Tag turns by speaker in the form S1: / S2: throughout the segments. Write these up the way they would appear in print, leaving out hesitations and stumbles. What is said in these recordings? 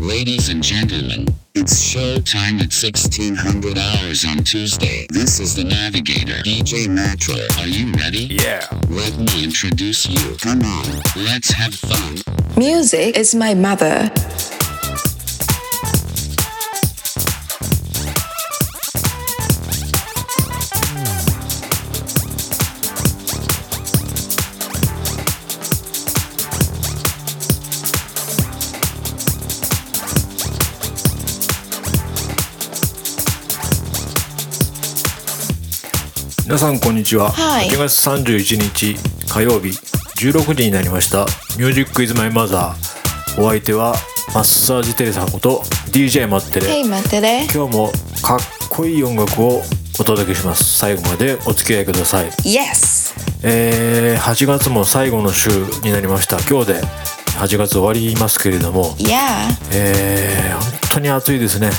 S1: Ladies and gentlemen, it's showtime at 1600 hours on Tuesday. This is the Navigator, DJ Metro. Are you ready?
S2: Yeah.
S1: Let me introduce you. Come on, let's have fun.
S3: Music is my mother.
S2: 皆さんこんにちは。
S3: はい
S2: 8月31日火曜日16時になりました。ミュージックイズマイマザー。お相手はマッサージテレサこと DJ マッテレ。
S3: Hey マテレ。
S2: 今日もかっこいい音楽をお届けします。最後までお付き合いください。
S3: Yes。
S2: 8月も最後の週になりました。今日で8月終わりますけれども、
S3: Yeah。
S2: 本当に暑いですね。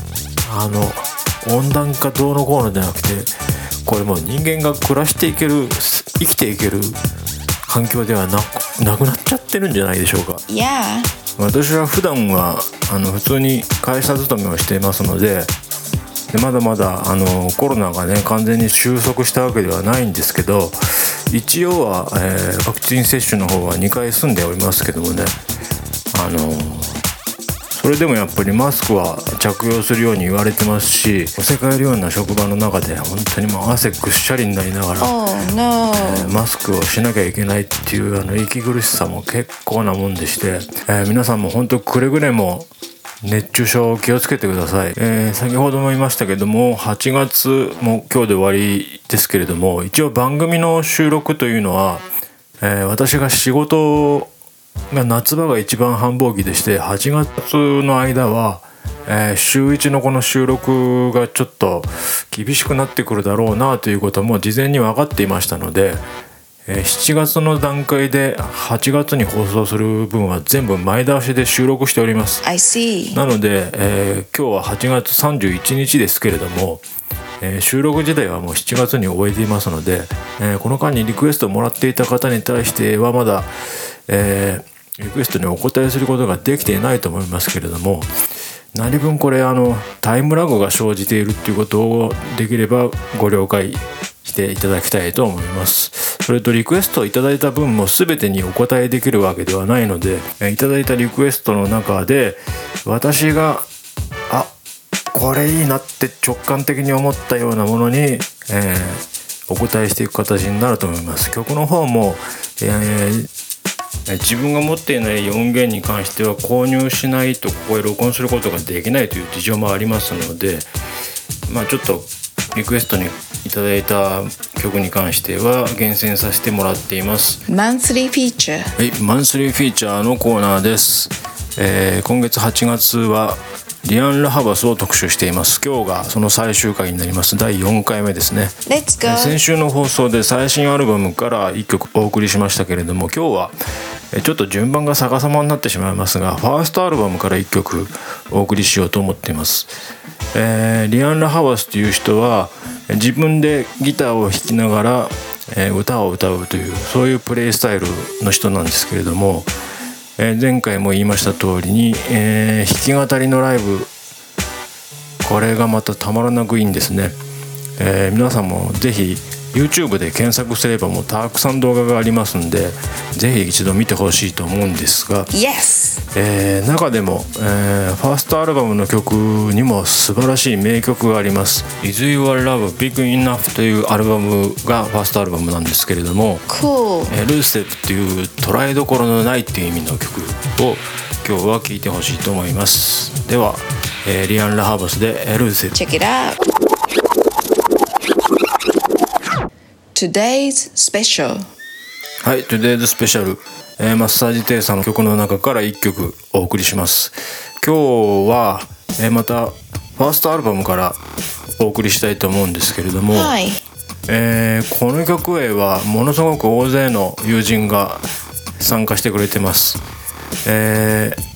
S2: 温暖化どうのこうのじゃなくて、これもう人間が暮らしていける、生きていける環境ではなくなっちゃってるんじゃないでしょうか。
S3: Yeah。
S2: 私は普段は普通に会社勤めをしていますので、まだまだコロナがね完全に収束したわけではないんですけど、一応は、ワクチン接種の方は2回済んでおりますけどもね、それでもやっぱりマスクは着用するように言われてますし、世界のような職場の中で本当にもう汗ぐっしゃりになりながら、
S3: Oh no。
S2: マスクをしなきゃいけないっていう息苦しさも結構なもんでして、皆さんも本当くれぐれも熱中症気をつけてください。先ほども言いましたけども、8月も今日で終わりですけれども、一応番組の収録というのは、私が仕事が夏場が一番繁忙期でして、8月の間は、週1のこの収録がちょっと厳しくなってくるだろうなということも事前に分かっていましたので、7月の段階で8月に放送する分は全部前倒しで収録しております。
S3: I see。
S2: なので、今日は8月31日ですけれども、収録自体はもう7月に終えていますので、この間にリクエストをもらっていた方に対してはまだ、リクエストにお答えすることができていないと思いますけれども、何分これタイムラグが生じているっていうことをできればご了解していただきたいと思います。それとリクエストをいただいた分も全てにお答えできるわけではないので、いただいたリクエストの中で私がこれいいなって直感的に思ったようなものに、お答えしていく形になると思います。曲の方も、自分が持っていない音源に関しては購入しないとここへ録音することができないという事情もありますので、ちょっとリクエストにいただいた曲に関しては厳選させてもらっています。
S3: マンスリーフィーチャー。
S2: はい、マンスリーフィーチャーのコーナーです。今月8月はリアン・ラハバスを特集しています。今日がその最終回になります。第4回目ですね。
S3: Let's go。
S2: 先週の放送で最新アルバムから1曲お送りしましたけれども、今日はちょっと順番が逆さまになってしまいますが、ファーストアルバムから1曲お送りしようと思っています。リアン・ラハバスという人は自分でギターを弾きながら、歌を歌うというそういうプレイスタイルの人なんですけれども、前回も言いました通りに、弾き語りのライブ、これがまたたまらなくいいんですね。皆さんもぜひ YouTube で検索すればもうたくさん動画がありますんで、ぜひ一度見てほしいと思うんですが、
S3: Yes。
S2: 中でも、ファーストアルバムの曲にも素晴らしい名曲があります。 Is Your Love Big Enough というアルバムがファーストアルバムなんですけれども、
S3: Cool。
S2: ルーセプっていう捉えどころのないっていう意味の曲を今日は聴いてほしいと思います。では、リアン・ラハバスでルーセプ。
S3: Check it out。 Today's Special。
S2: はい、Today's Special、マッサージテイさんの曲の中から1曲お送りします。今日は、またファーストアルバムからお送りしたいと思うんですけれども、
S3: はい。
S2: この曲へはものすごく大勢の友人が参加してくれてます。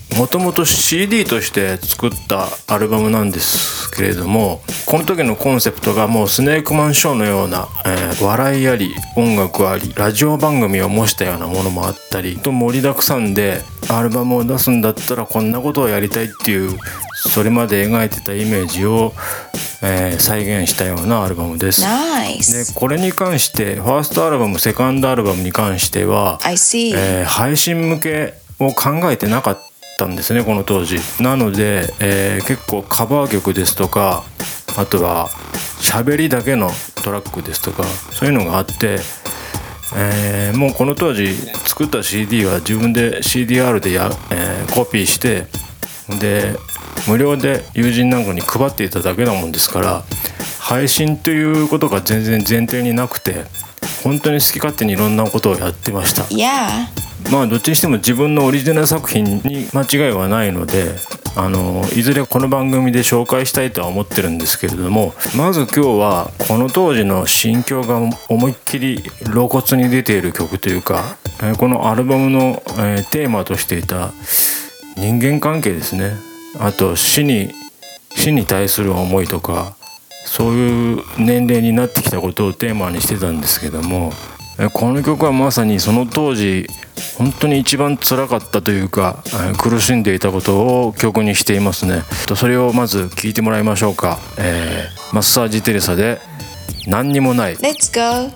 S2: もともと CD として作ったアルバムなんですけれども、この時のコンセプトがもうスネークマンショーのような、笑いあり音楽ありラジオ番組を模したようなものもあったりと盛りだくさんで、アルバムを出すんだったらこんなことをやりたいっていうそれまで描いてたイメージを、再現したようなアルバムです。
S3: Nice.
S2: でこれに関してファーストアルバムセカンドアルバムに関しては、
S3: I see.
S2: 配信向けを考えてなかったんですね、この当時。なので、結構カバー曲ですとか、あとは喋りだけのトラックですとか、そういうのがあって、もうこの当時作った CD は自分で CDR でコピーして、で無料で友人なんかに配っていただけなもんですから、配信ということが全然前提になくて、本当に好き勝手にいろんなことをやってました。
S3: Yeah.
S2: まあどっちにしても自分のオリジナル作品に間違いはないので、いずれこの番組で紹介したいとは思ってるんですけれども、まず今日はこの当時の心境が思いっきり露骨に出ている曲というか、このアルバムの、テーマとしていた人間関係ですね。あと死に対する思いとか、そういう年齢になってきたことをテーマにしてたんですけども、この曲はまさにその当時本当に一番辛かったというか、苦しんでいたことを曲にしていますね。それをまず聴いてもらいましょうか。マッサージテレサで何にもない。
S3: Let's go.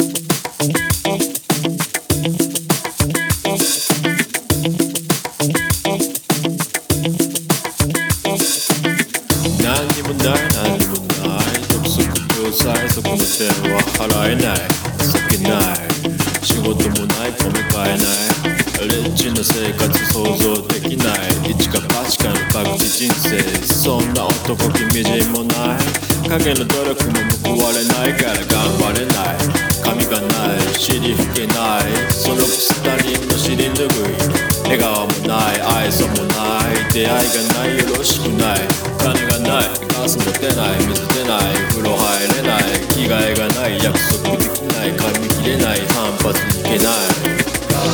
S2: 何にもない何にもない、督促病最速の点は払えない、情けない、仕事もない、米買えない、レッチな生活想像できない、一か八かの各自人生、そんな男気みじんもない、影の努力も報われないから頑張れない、髪がない、尻拭けない、そのくす他人の尻拭い、笑顔もない、愛想もない、出会いがない、よろしくない、金がない、ガスも出ない、水出ない、風呂入れない、着替えがない、約束できない、噛み切れない、反発にいけない、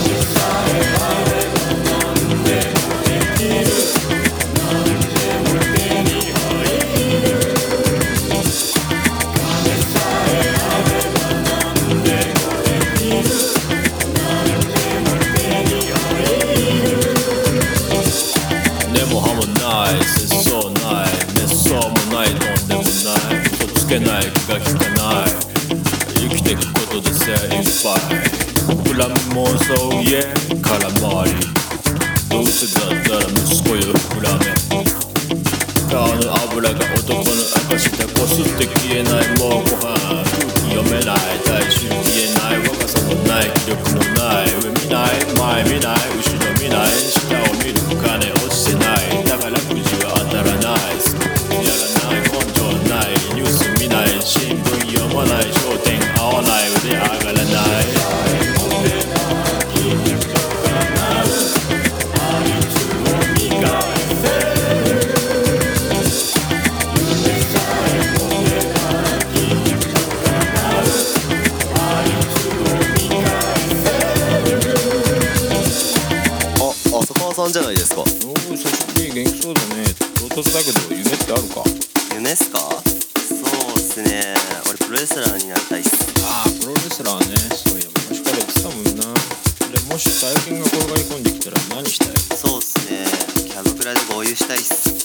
S2: 根も葉もない、節操ない、滅相もない、とんでもない、嘘つけない、気が利かない、生きてくことで精一杯、膨らむ妄想家空回り、どうせだったら息子よ膨らめ、顔の油が男の証だ、こすって消えない、もうご飯空気読めない、大衆言えない、若さもない、気力もない、上見ない、前見ない、後ろ見ない、下を見る、金落ちてない、だからくじは当たらない、やらない、根性ない、ニュース見ない、新聞読まない、焦点合わない、腕上がらない、
S4: さんじゃないですか。
S2: おー、久しぶり、元気そうだね。唐突だけど夢ってあるか？
S4: 夢っすか？そうっすね、俺プロレスラーになりたいっす。
S2: ああ、プロレスラーね。そういえば昔から言ってたもんな。でもし大金が転がり込んできたら何したい？
S4: そうっすね、キャバクラで合流したいっす。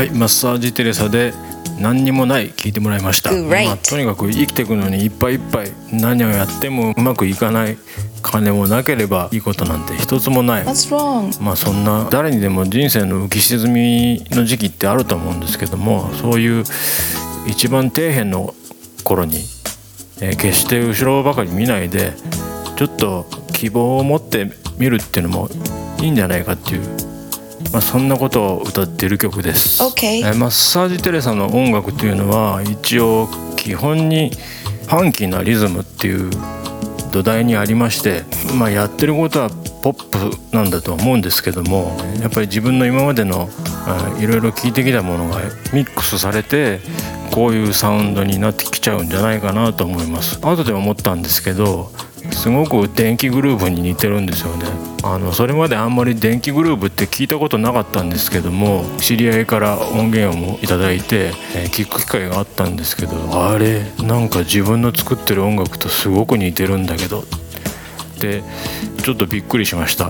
S2: はい、マッサージテレサで何にもない聞いてもらいました。
S3: Great.
S2: とにかく生きていくのにいっぱいいっぱい何をやってもうまくいかない、金もなければいいことなんて一つもない。
S3: What's wrong?
S2: そんな誰にでも人生の浮き沈みの時期ってあると思うんですけども、そういう一番底辺の頃に、決して後ろばかり見ないでちょっと希望を持ってみるっていうのもいいんじゃないかっていう、そんなことを歌っている曲です。
S3: Okay.
S2: マッサージテレサの音楽というのは一応基本にファンキーなリズムっていう土台にありまして、やってることはポップなんだと思うんですけども、やっぱり自分の今までのいろいろ聞いてきたものがミックスされてこういうサウンドになってきちゃうんじゃないかなと思います。後で思ったんですけど、すごく電気グルーヴに似てるんですよね。それまであんまり電気グルーヴって聞いたことなかったんですけども、知り合いから音源をもいただいて、聞く機会があったんですけど、あれなんか自分の作ってる音楽とすごく似てるんだけどってちょっとびっくりしました。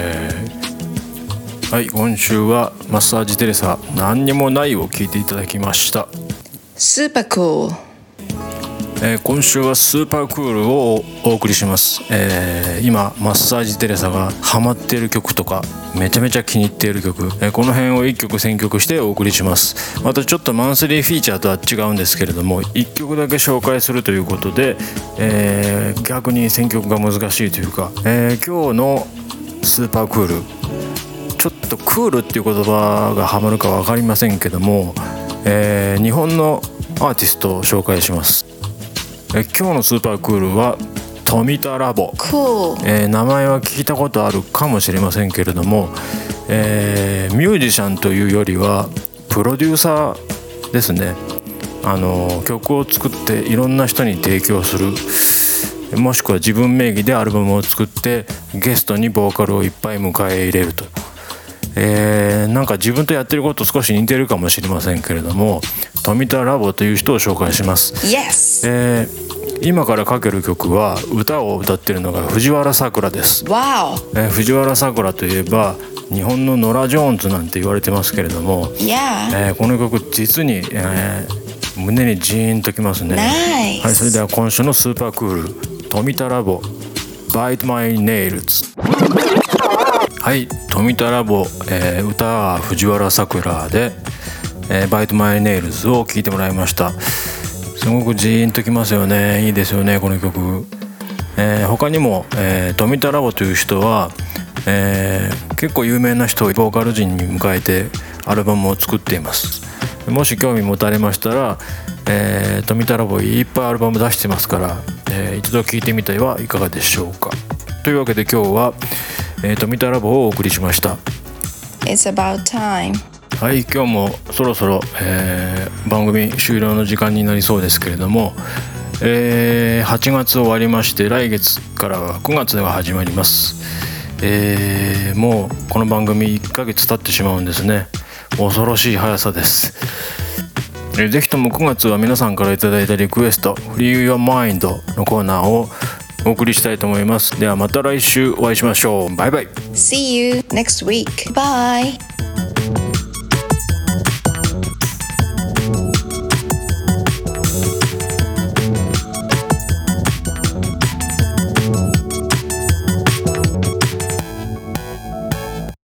S2: はい、今週はマッサージテレサ何にもないを聞いていただきました。
S3: Super cool.
S2: 今週はスーパークールをお送りします。今マッサージテレサがハマっている曲とかめちゃめちゃ気に入っている曲、この辺を1曲選曲してお送りします。またちょっとマンスリーフィーチャーとは違うんですけれども、1曲だけ紹介するということで、逆に選曲が難しいというか、今日のスーパークール、ちょっとクールっていう言葉がハマるか分かりませんけども、日本のアーティストを紹介します。今日のスーパークールは富田ラボ、
S3: Cool.
S2: 名前は聞いたことあるかもしれませんけれども、ミュージシャンというよりはプロデューサーですね。曲を作っていろんな人に提供する、もしくは自分名義でアルバムを作ってゲストにボーカルをいっぱい迎え入れると、なんか自分とやってること少し似てるかもしれませんけれども、富田ラボという人を紹介します。
S3: Yes.
S2: 今からかける曲は歌を歌ってるのが藤原さくらです。
S3: Wow.
S2: 藤原さくらといえば日本のノラ・ジョーンズなんて言われてますけれども、
S3: Yeah.
S2: この曲実に、胸にジーンときますね。
S3: Nice.
S2: はい、それでは今週のスーパークール、富田ラボ Bite My Nails。 はい、富田ラボ、歌は藤原さくらで、Bite My Nails を聴いてもらいました。すごくジーンときますよね。いいですよねこの曲。他にも、富田ラボという人は、結構有名な人をボーカル陣に迎えてアルバムを作っています。もし興味持たれましたら、富田ラボいっぱいアルバム出してますから、一度聴いてみてはいかがでしょうか。というわけで今日は、富田ラボをお送りしました。
S3: It's about time.
S2: はい、今日もそろそろ、番組終了の時間になりそうですけれども、8月終わりまして来月からは9月が始まります。もうこの番組1ヶ月経ってしまうんですね。恐ろしい速さです。ぜひとも9月は皆さんからいただいたリクエスト Free Your Mind のコーナーをお送りしたいと思います。ではまた来週お会いしましょう。バイバイ。
S3: See you next week. Bye.